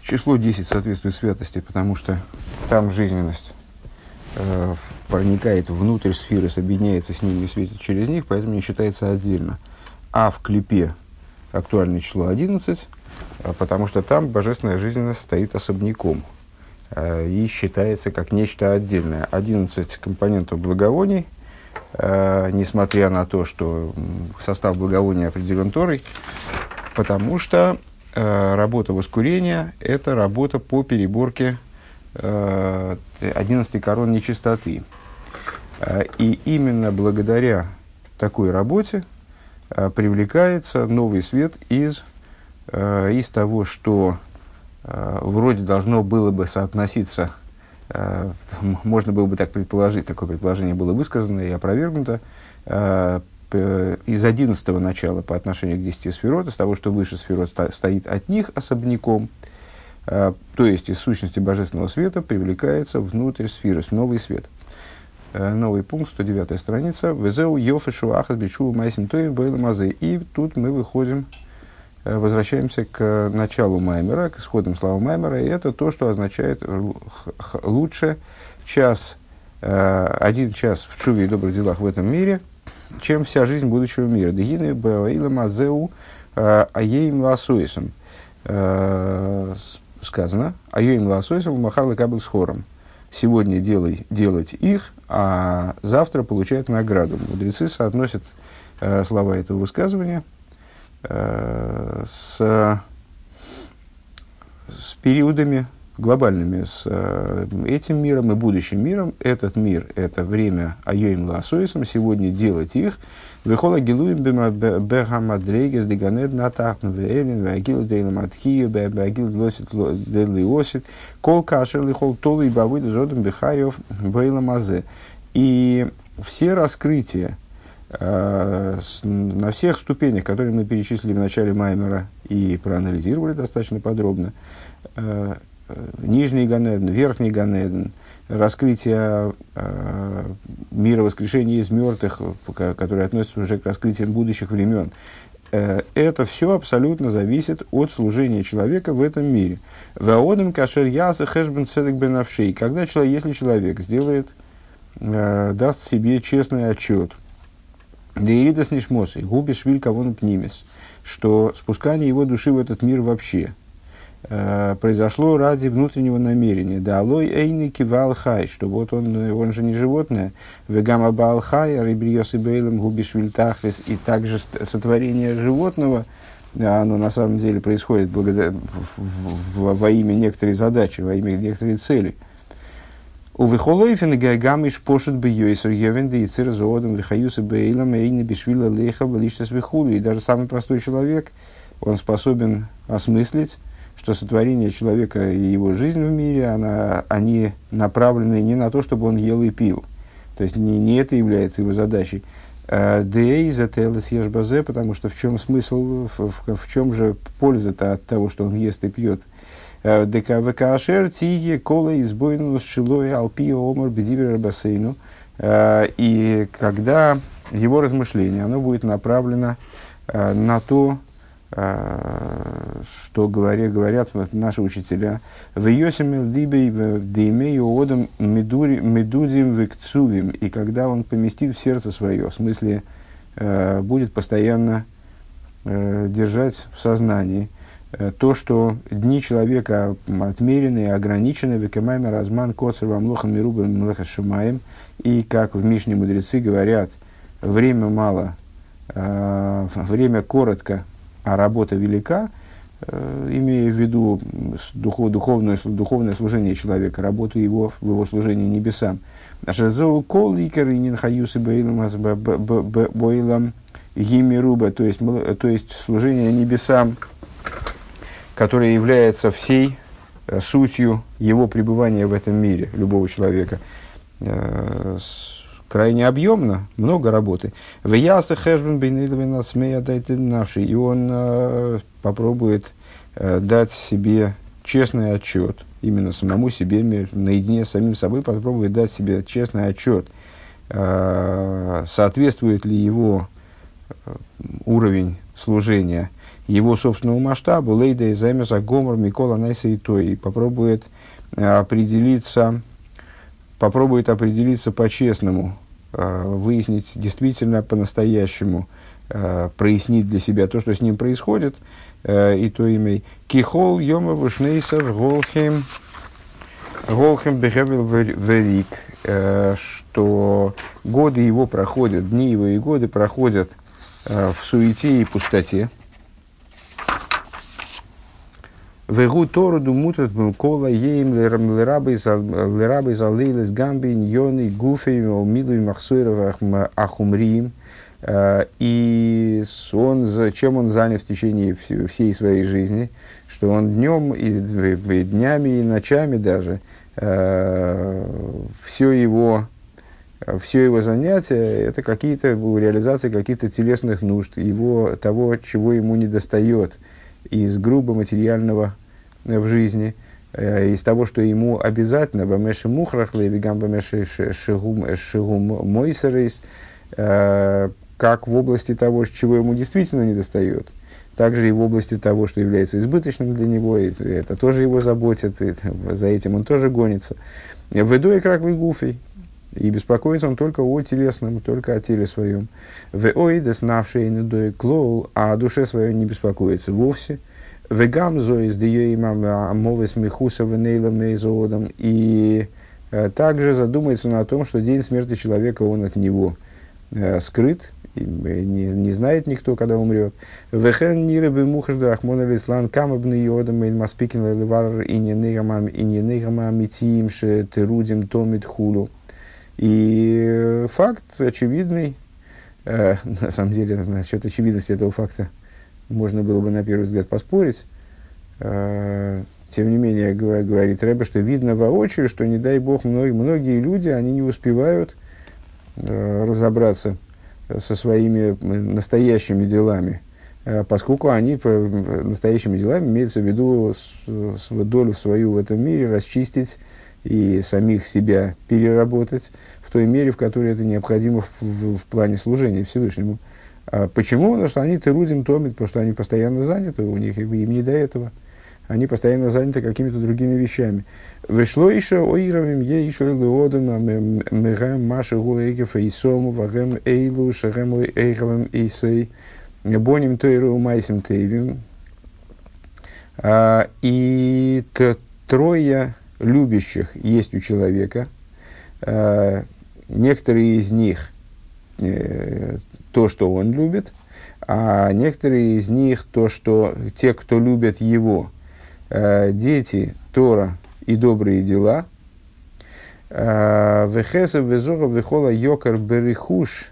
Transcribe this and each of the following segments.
Число 10 соответствует святости, потому что там жизненность проникает внутрь сферы, соединяется с ними и светит через них, поэтому не считается отдельно. А в клипе актуальное число 11, потому что там божественная жизненность стоит особняком и считается как нечто отдельное. 11 компонентов благовоний, несмотря на то, что состав благовоний определен Торой, потому что работа воскурения – это работа по переборке 11 корон нечистоты. И именно благодаря такой работе привлекается новый свет из того, что вроде должно было бы соотноситься, можно было бы так предположить, такое предположение было высказано и опровергнуто, из 11-го начала по отношению к 10 сферот, из того, что выше сферот стоит от них особняком, то есть из сущности божественного света привлекается внутрь сферы, новый свет. Новый пункт, 109 страница. «Везеу йофешу ахат бичу майсим тоим бэйлам азе». И тут мы выходим, возвращаемся к началу Маймера, к исходным словам Маймера, и это то, что означает лучше час, 1 час в чуве и добрых делах в этом мире, чем вся жизнь будущего мира. «Дегины бэйлам азеу аеим ласуисом». Сказано, «Аеим ласуисом махар лекабель схором». Сегодня делать их, а завтра получают награду. Мудрецы соотносят слова этого высказывания с периодами глобальными, с этим миром и будущим миром. Этот мир – это время айоим лаасоисом, сегодня делать их. Вехола гилуим бехамадрейгес диганед натахн веэлин веагил дейлам атхию беагил лосит делиосит кол кашер лихол толы и бавыд зодом бехаев бейлам азе. И все раскрытия на всех ступенях, которые мы перечислили в начале Маймера и проанализировали достаточно подробно, Нижний Ганеден, Верхний Ганеден, раскрытие мира воскрешения из мертвых, которые относятся уже к раскрытиям будущих времен. Это все абсолютно зависит от служения человека в этом мире. Ваодам кашер яса хэшбен цедек бенавшей. Если человек даст себе честный отчет, деиридас нишмосы, губишь виль кого пнимес, что спускание его души в этот мир вообще произошло ради внутреннего намерения. Да алой эйни кивал хай, что вот он же не животное. Вегама баал хай, рибриос и бейлем губиш вильтахлес. И также сотворение животного, оно на самом деле происходит во имя некоторой задачи, во имя некоторой цели. У вихолойфен гамиш пошут бы йойсер евенды и цир зоодом лихаюса бейлем эйни бишвила леха балиштас вихули. И даже самый простой человек, он способен осмыслить, что сотворение человека и его жизнь в мире, они направлены не на то, чтобы он ел и пил. То есть, не это является его задачей. Потому что в чем смысл, в чем же польза-то от того, что он ест и пьет? ДКВКшер тиге кола избойну шилой алпио омар бедивер бассейну. И когда его размышление, оно будет направлено на то, что говорят наши учителя, в Йосиме либей в дейме одам медудим викцувим, и когда он поместит в сердце свое, в смысле будет постоянно держать в сознании то, что дни человека отмерены и ограничены, векемайме разман коцер вамлохан мирубам млеха шумаем, и как в Мишне мудрецы говорят, время мало, время коротко, а работа велика, имея в виду духовное служение человека, работу его в его служении небесам. То есть служение небесам, которое является всей сутью его пребывания в этом мире, любого человека. Крайне объемно, много работы. И он попробует дать себе честный отчет, именно самому себе, наедине с самим собой, попробует дать себе честный отчет, соответствует ли его уровень служения его собственного масштаба, лейда и займется гомор Микола Найса и той, и попробует определиться по-честному, выяснить действительно по-настоящему, прояснить для себя то, что с ним происходит, и то имя Кихол Йома Вышнейсов Голхем Бехевел Верик, что годы его проходят, дни его и годы проходят в суете и пустоте. Вегу Тору думутрат кола еим лерабы залейлес гамби ньоны гуфей милуй махсуиров ахумриим. И чем он занят в течение всей своей жизни, что он днем и днями и ночами даже все его занятия это какие-то реализации каких-то телесных нужд, того, чего ему недостает из грубо материального в жизни, из того, что ему обязательно бамеши мухрах левигам бамеши шигум мойсерейс, как в области того, чего ему действительно недостает, также и в области того, что является избыточным для него, и это тоже его заботит, и за этим он тоже гонится. Ведой краклый гуфей, и беспокоится он только о телесном, только о теле своем. Веой деснавший недой клоул, а о душе своей не беспокоится вовсе. Вегам зоис диеимам амовес михуса венейлам мейзоодам, и также задумается он о том, что день смерти человека он от него скрыт, не знает никто, когда умрет. Вехен ниры бемухажда ахмона лислан камабны йодам мейн маспикин левар и не негамам тиим ше терудим томит хулу. И факт очевидный, на самом деле, насчет очевидности этого факта можно было бы на первый взгляд поспорить. Тем не менее, говорит Ребе, что видно воочию, что, не дай бог, многие люди, они не успевают разобраться со своими настоящими делами, поскольку они настоящими делами имеется в виду долю свою в этом мире расчистить и самих себя переработать в той мере, в которой это необходимо в плане служения Всевышнему. Почему? Потому что они терудим томит, потому что они постоянно заняты, у них им не до этого. Они постоянно заняты какими-то другими вещами. Вышло еще оировим е еще леодом мегам маши гуэгев и сому вагем эйлу шагем эйхавем эйсей боним тойру майсим тейвим. И трое любящих есть у человека. Некоторые из них то, что он любит, а некоторые из них то, что те, кто любят его, дети, Тора и добрые дела. Вехесев везора вехола йокар берихуш,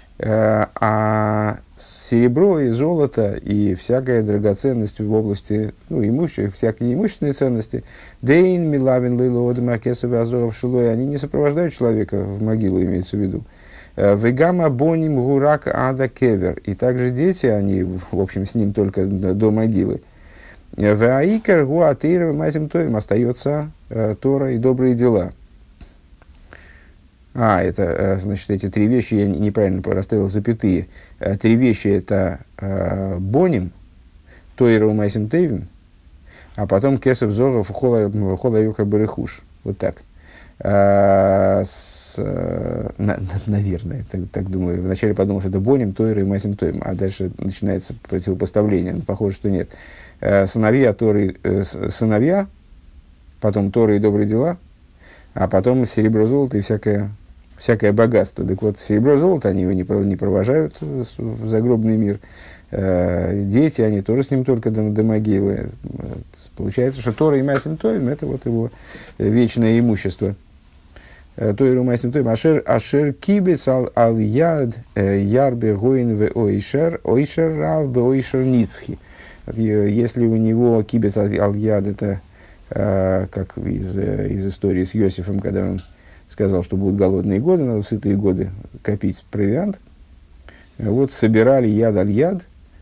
а серебро и золото и всякая драгоценность в области всякие имущественные ценности, дейн милавин лилоодам акесов азоров шилой, они не сопровождают человека в могилу, имеется в виду. Вегама боним гурак ада кевер, и также дети, они, в общем, с ним только до могилы. Ваикер гуатейр мазим тоим, остается Тора и добрые дела. Это, значит, эти три вещи, я неправильно расставил запятые. Три вещи это боним, Тойра мазим тейвим, а потом кесов зоров хола юка барыхуш. Вот так. Наверное, так думаю. Вначале подумал, что это боним, Тойра и мазим тоим, а дальше начинается противопоставление. Но похоже, что нет. Сыновья, потом Тора и добрые дела, а потом серебро, золото и всякое богатство. Так вот, серебро, золото они его не провожают в загробный мир. Дети, они тоже с ним только до могилы. Получается, что Тора и Майсим Тоим – это вот его вечное имущество. Тойру Майсим Тоим. Ашер кибец ал яд ярбе гоин ве ойшер рав бе ойшер ницхи. Если у него кибец аль-яд, это как из истории с Йосифом, когда он сказал, что будут голодные годы, надо в сытые годы копить провиант. Вот собирали яд аль-яд,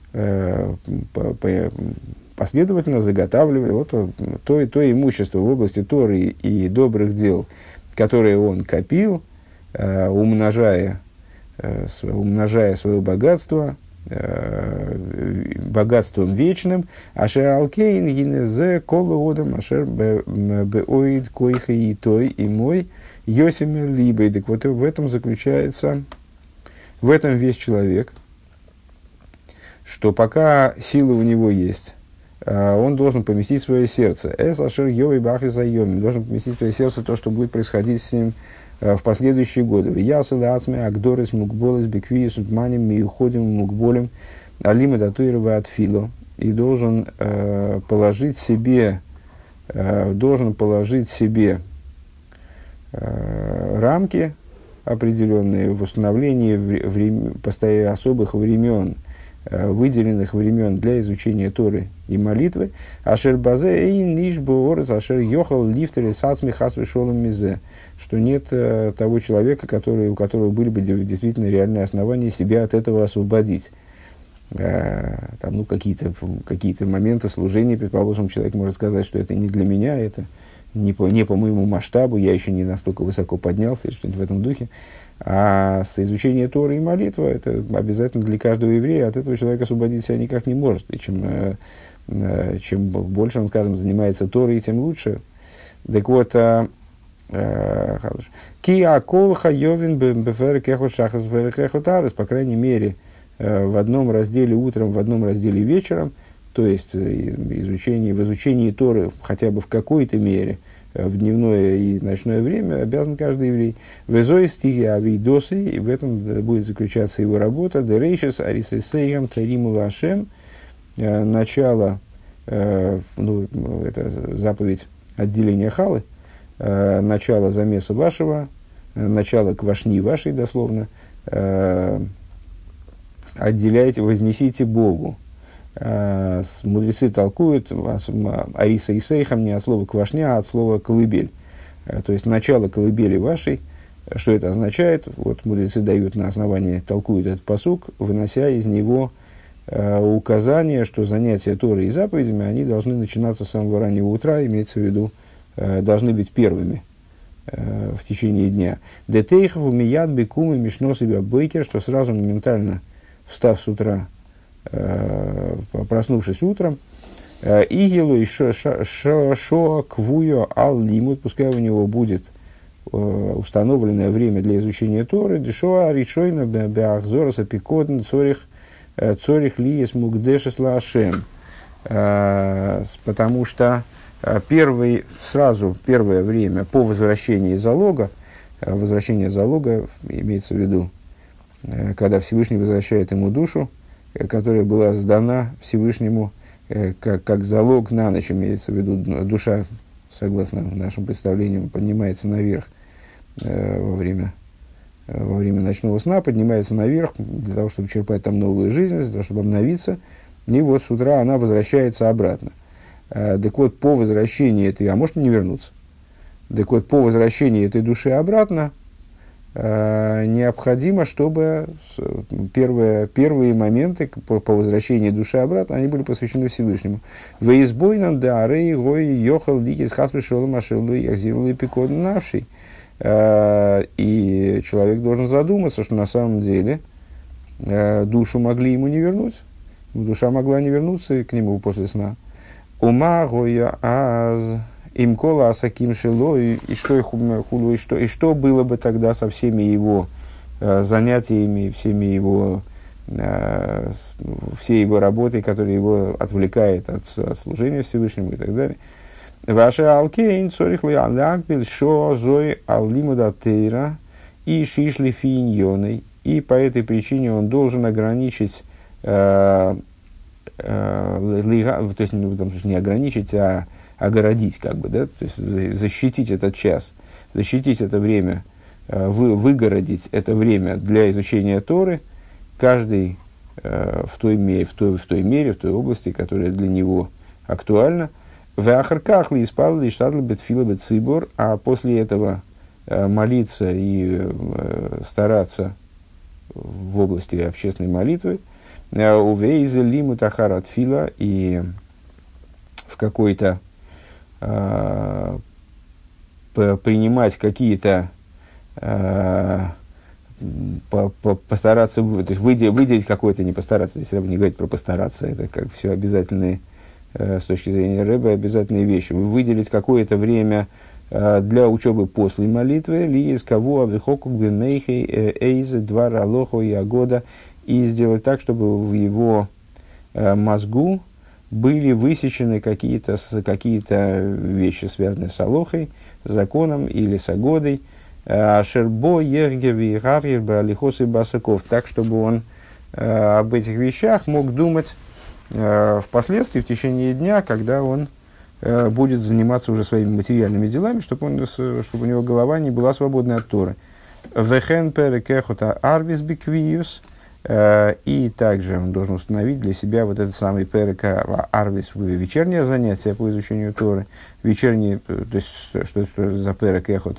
последовательно заготавливали то имущество в области Торы и добрых дел, которые он копил, умножая свое богатство богатством вечным, ашер алкейн гинезе колоодом, ашер беоид койха и той и мой йосимер либой. Так вот в этом заключается, в этом весь человек, что пока силы у него есть, он должен поместить свое сердце. Эс ашер йовей бахрис айоми, должен поместить в свое сердце то, что будет происходить с ним в последующие годы. Ясалы ацме агдорис мукболес бекви судманим миуходим мукболем алима датуирова от фило. И должен положить себе рамки определенные в установлении особых времен, выделенных времен для изучения Торы и молитвы. Ашер базе эйн ниш боорес ашер йохал лифтери сацми хасве шолом мизе. Что нет того человека, у которого были бы действительно реальные основания себя от этого освободить. Там, какие-то моменты служения, предположим, человек может сказать, что это не для меня, это не по моему масштабу, я еще не настолько высоко поднялся, или что-нибудь в этом духе. А с изучения Торы и молитвы это обязательно для каждого еврея, от этого человек освободить себя никак не может. И чем больше он, скажем, занимается Торой, тем лучше. Так вот, Киа колха йовин бефер кехот шахас бефер кехот арес, по крайней мере, в одном разделе утром, в одном разделе вечером, то есть в изучении Торы хотя бы в какой-то мере, в дневное и ночное время обязан каждый еврей. Везой стиги авидосы, и в этом будет заключаться его работа. Дерейшес арисесейгам тариму лашем, начало, это заповедь отделения халы, начало замеса вашего, начало квашни вашей, дословно, отделяйте, вознесите Богу. Мудрецы толкуют ариса и сейхам не от слова квашня, а от слова колыбель. То есть начало колыбели вашей. Что это означает? Вот мудрецы дают на основании, толкуют этот пасук, вынося из него указание, что занятия Торой и заповедями, они должны начинаться с самого раннего утра, имеется в виду, должны быть первыми в течение дня. Детейхов умият бекумы мишно себя бейкер, что сразу моментально, встав с утра, проснувшись утром, игилу и шо квуё ал лимут, пускай у него будет установленное время для изучения Торы, дешоа ришойна беахзораса пикодн цорих лиес мукдешес лашем, потому что первое время по возвращении залога, возвращение залога имеется в виду, когда Всевышний возвращает ему душу, которая была сдана Всевышнему как залог на ночь, имеется в виду душа, согласно нашим представлениям, поднимается наверх во время ночного сна, поднимается наверх для того, чтобы черпать там новую жизнь, для того, чтобы обновиться, и вот с утра она возвращается обратно. Так вот, по возвращении этой, а может не вернуться, так вот, по возвращении этой души обратно, необходимо, чтобы первые моменты по возвращению души обратно, они были посвящены Всевышнему. Веизбойнан да арей гой йохал ликис хасве шолом ашелу яхзиру лепикод навший. И человек должен задуматься, что на самом деле душу могли ему не вернуть. Душа могла не вернуться к нему после сна. Ума гоя аз имкола асаким шило, и что было бы тогда со всеми его занятиями, всей его работой, которая его отвлекает от служения Всевышнему и так далее. Ваша алкейн цорих ли алякбель шо зой аллимуда тейра и шишли финьоной, и по этой причине он должен ограничить, то есть не ограничить, а огородить, как бы, да, то есть защитить этот час, защитить это время, выгородить это время для изучения Торы, каждый в той мере, в той области, которая для него актуальна. В ахарках ли испалли штадли бетфила бетцибор, а после этого молиться и стараться в области общественной молитвы, увейзе лиму тахарат фила, и в какой-то принимать какие-то постараться, то есть выделить какое-то, не постараться, здесь Рэбе не говорит про постараться, это как все обязательные, с точки зрения Рэбе, обязательные вещи. Выделить какое-то время для учебы после молитвы, ли из кого авихоку гвенейхей эйзе двар алохо и агода, и сделать так, чтобы в его мозгу были высечены какие-то вещи, связанные с алохой, с законом или с агодой, шербо ергеви гарьерба алихос и басаков, так, чтобы он об этих вещах мог думать впоследствии, в течение дня, когда он будет заниматься уже своими материальными делами, чтобы у него голова не была свободной от Торы. Вехен перекехота арвис биквиюс, и также он должен установить для себя вот этот самый перека арвис, вечернее занятие по изучению Торы, вечернее, то есть что за перекехот,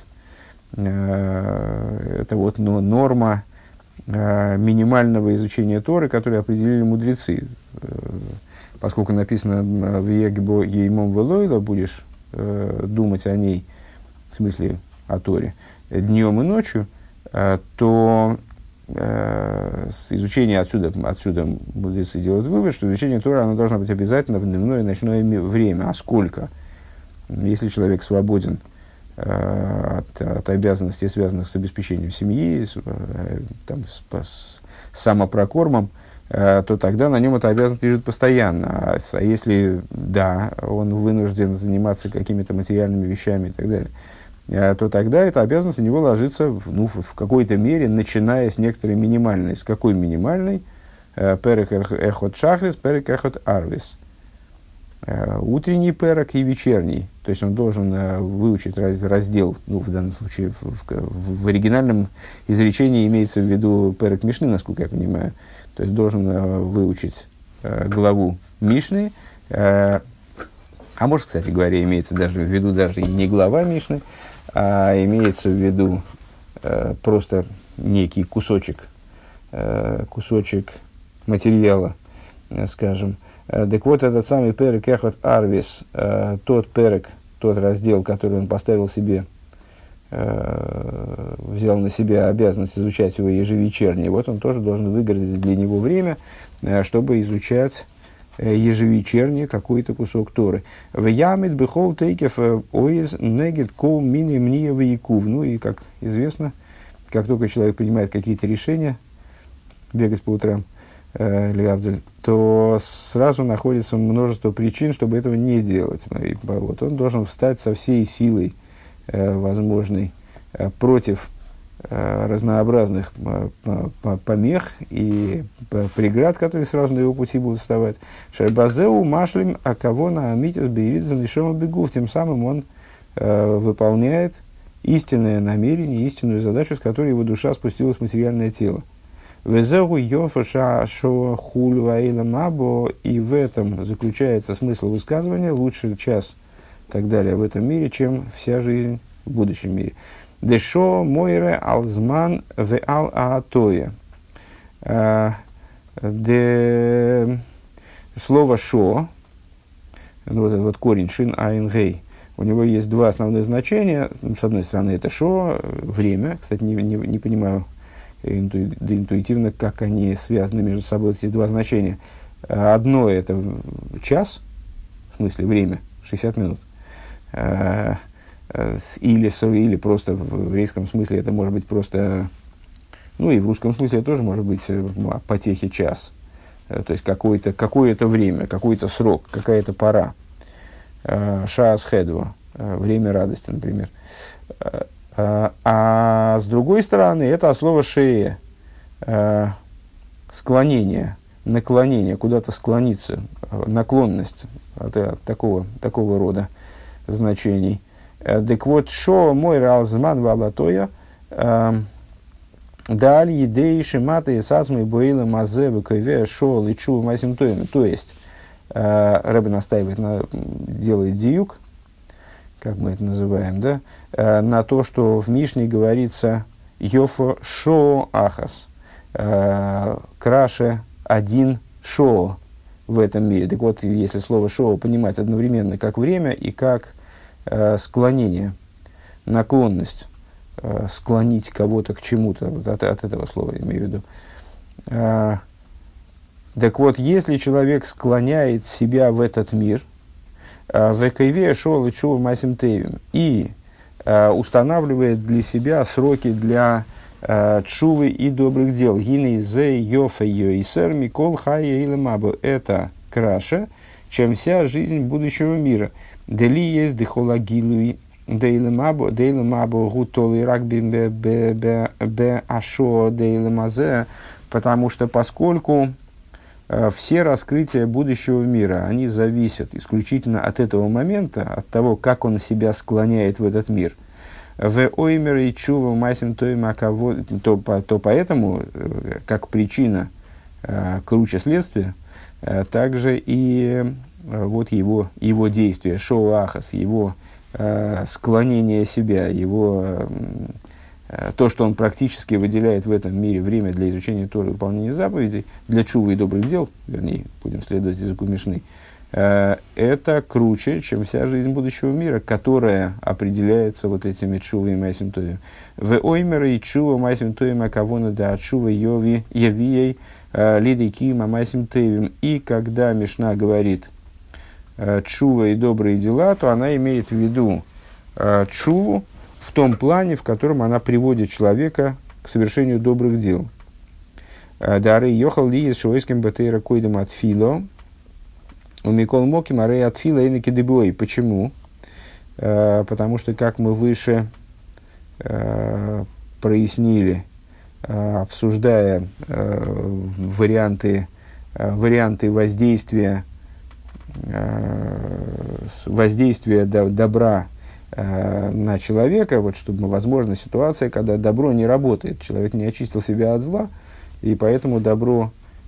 это вот норма минимального изучения Торы, которую определили мудрецы. Поскольку написано в Егбо Еймом Велойла, будешь думать о ней, в смысле о Торе, днем и ночью, то изучение отсюда мудрецы делают вывод, что изучение Торы оно должно быть обязательно в дневное и ночное время. А сколько? Если человек свободен от обязанностей, связанных с обеспечением семьи, с самопрокормом, то тогда на нем эта обязанность лежит постоянно. А если, да, он вынужден заниматься какими-то материальными вещами и так далее, то тогда эта обязанность на него ложится в какой-то мере, начиная с некоторой минимальной. С какой минимальной? Перек эхот шахрис, перек эхот арвис. Утренний перек и вечерний. То есть он должен выучить раздел, в данном случае в оригинальном изречении имеется в виду перек Мишны, насколько я понимаю. То есть должен выучить главу Мишны, а может, кстати говоря, имеется даже в виду даже и не глава Мишны, а имеется в виду просто некий кусочек материала, скажем. Так вот, этот самый перек эхот арвис, тот раздел, который он поставил себе, взял на себя обязанность изучать его ежевечерне, вот он тоже должен выгородить для него время, чтобы изучать ежевечерне какой-то кусок Торы. В ямит бехол тейкев оиз негет кол мини мне вейкув. Ну и, как известно, как только человек принимает какие-то решения, бегать по утрам, то сразу находится множество причин, чтобы этого не делать. Вот он должен встать со всей силой возможной против разнообразных помех и преград, которые сразу на его пути будут вставать. Шайбазеу машлим акавона амитис беирит занишома бегув. Тем самым он выполняет истинное намерение, истинную задачу, с которой его душа спустилась в материальное тело. Везеу йофаша шо хуль ваила мабо, и в этом заключается смысл высказывания: лучше час и так далее в этом мире, чем вся жизнь в будущем мире. Дешо мойре алзман ве ал аатоя. Слово шо, вот корень шин айн гей, у него есть два основных значения. С одной стороны, это шо, время. Кстати, не понимаю интуитивно, как они связаны между собой, эти два значения. Одно это час, в смысле время, 60 минут. Или просто в еврейском смысле это может быть просто, ну и в русском смысле это тоже может быть потехи час. То есть какое-то время, какой-то срок, какая-то пора. Шаас хедва, время радости, например. А с другой стороны, это слово шея, склонение, наклонение, куда-то склониться, наклонность от такого рода значений. Так вот, шо мой ралзман валатоя даль едей шиматы сасмы боила мазе векове шо личу масимтоем. То есть Рэбе настаивает, делает диюк, как мы это называем, да, на то, что в Мишне говорится «Йофо шо ахас», «краше один шо» в этом мире. Так вот, если слово «шо» понимать одновременно как время и как склонение, наклонность, склонить кого-то к чему-то, вот от этого слова я имею в виду. Так вот, если человек склоняет себя в этот мир, векайве шол и чува масим тевим, и устанавливает для себя сроки для чувы и добрых дел. Гиней зе йофа йойсер микол хая или мабу. Это краше, чем вся жизнь будущего мира. Дели есть дехола гилуи дейли мабу гутоли рак бе ашо дейли мазе. Потому что поскольку все раскрытия будущего мира, они зависят исключительно от этого момента, от того, как он себя склоняет в этот мир. В оймер и чува масим то поэтому, как причина круче следствия, также и вот его действия, шоу ахас, его склонение себя, его то, что он практически выделяет в этом мире время для изучения Торы и выполнения заповедей, для чувы и добрых дел, вернее, будем следовать языку Мишны, это круче, чем вся жизнь будущего мира, которая определяется вот этими чувой и майсим товим. В оймеры и чува майсим товим акавона да чува явией лидей кима майсим товим. И когда Мишна говорит чува и добрые дела, то она имеет в виду чуву в том плане, в котором она приводит человека к совершению добрых дел. Дары йохал ли из шойским бетейра койдем от фило, у Микол Моки Марей от фила и накидебой. Почему? Потому что, как мы выше прояснили, обсуждая варианты воздействия добра на человека, вот, чтобы возможна ситуация, когда добро не работает, человек не очистил себя от зла, и поэтому добро,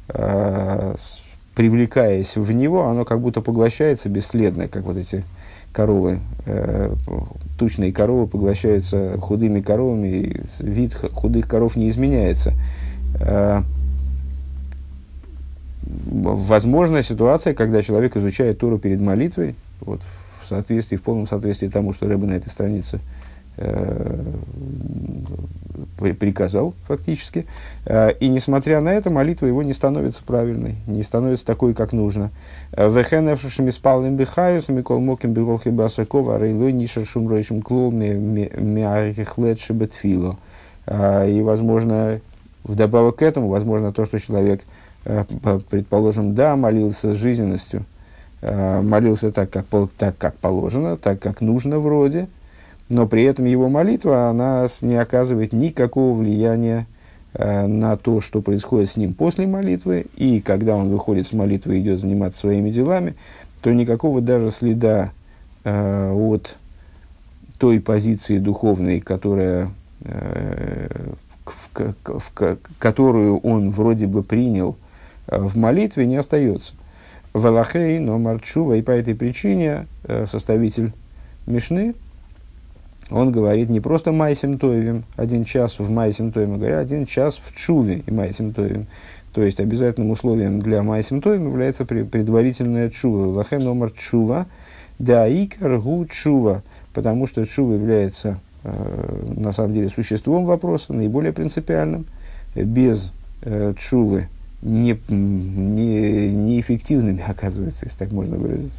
привлекаясь в него, оно как будто поглощается бесследно, как вот эти коровы, тучные коровы поглощаются худыми коровами, и вид худых коров не изменяется. Возможна ситуация, когда человек изучает Тору перед молитвой, вот, в полном соответствии тому, что Рэбе на этой странице приказал фактически. И несмотря на это, молитва его не становится правильной, не становится такой, как нужно. И возможно, вдобавок к этому, возможно, то, что человек, предположим, молился с жизненностью, молился так, как положено, так, как нужно вроде, но при этом его молитва, она не оказывает никакого влияния на то, что происходит с ним после молитвы, и когда он выходит с молитвы и идет заниматься своими делами, то никакого даже следа от той позиции духовной, которую он вроде бы принял в молитве, не остается. Валахей, но марчува, и по этой причине составитель Мишны, он говорит не просто майсим тойвим, 1 час в майсим тойвим, а говорит 1 час в чуве и майсим тойвим. То есть обязательным условием для майсим тойвим является предварительная чува. Валахей, но марчува, да икар гу чува, потому что чува является на самом деле существом вопроса, наиболее принципиальным. Без чувы неэффективными, оказывается, если так можно выразиться,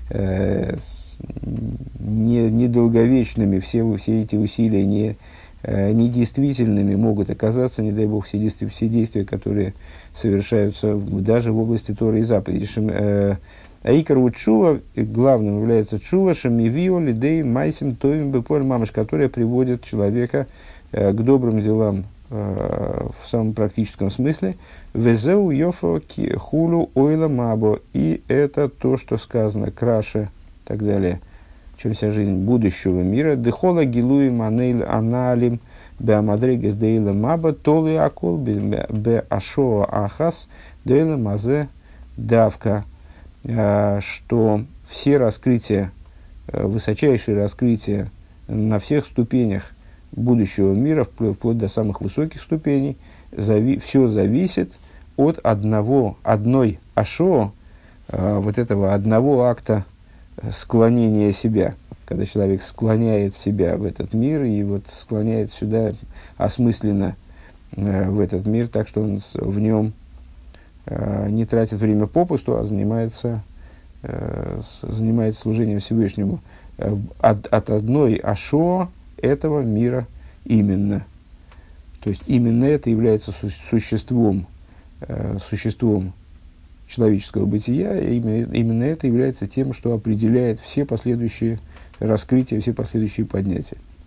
недолговечными, все эти усилия недействительными могут оказаться, не дай бог, все действия, которые совершаются даже в области Торы и заповедей. Аикар чува, главным является чува, шамивио лидей майсим товим беполь мамаш, которая приводит человека к добрым делам в самом практическом смысле. Везеу йофо хулу ойла мабо, и это то, что сказано краше, и так далее, чем вся жизнь будущего мира. Дехола гилуи манейл аналим беамадрегес дейла маба толы акол бе ашоа ахас дейла мазе давка, что все раскрытия, высочайшие раскрытия на всех ступенях будущего мира, вплоть до самых высоких ступеней, все зависит от одной ашо, вот этого одного акта склонения себя. когда человек склоняет себя в этот мир и вот склоняет сюда осмысленно в этот мир, так что он в нем не тратит время попусту, а занимается служением Всевышнему от одной ашо этого мира именно. То есть именно это является существом человеческого бытия, и именно это является тем, что определяет все последующие раскрытия, все последующие поднятия.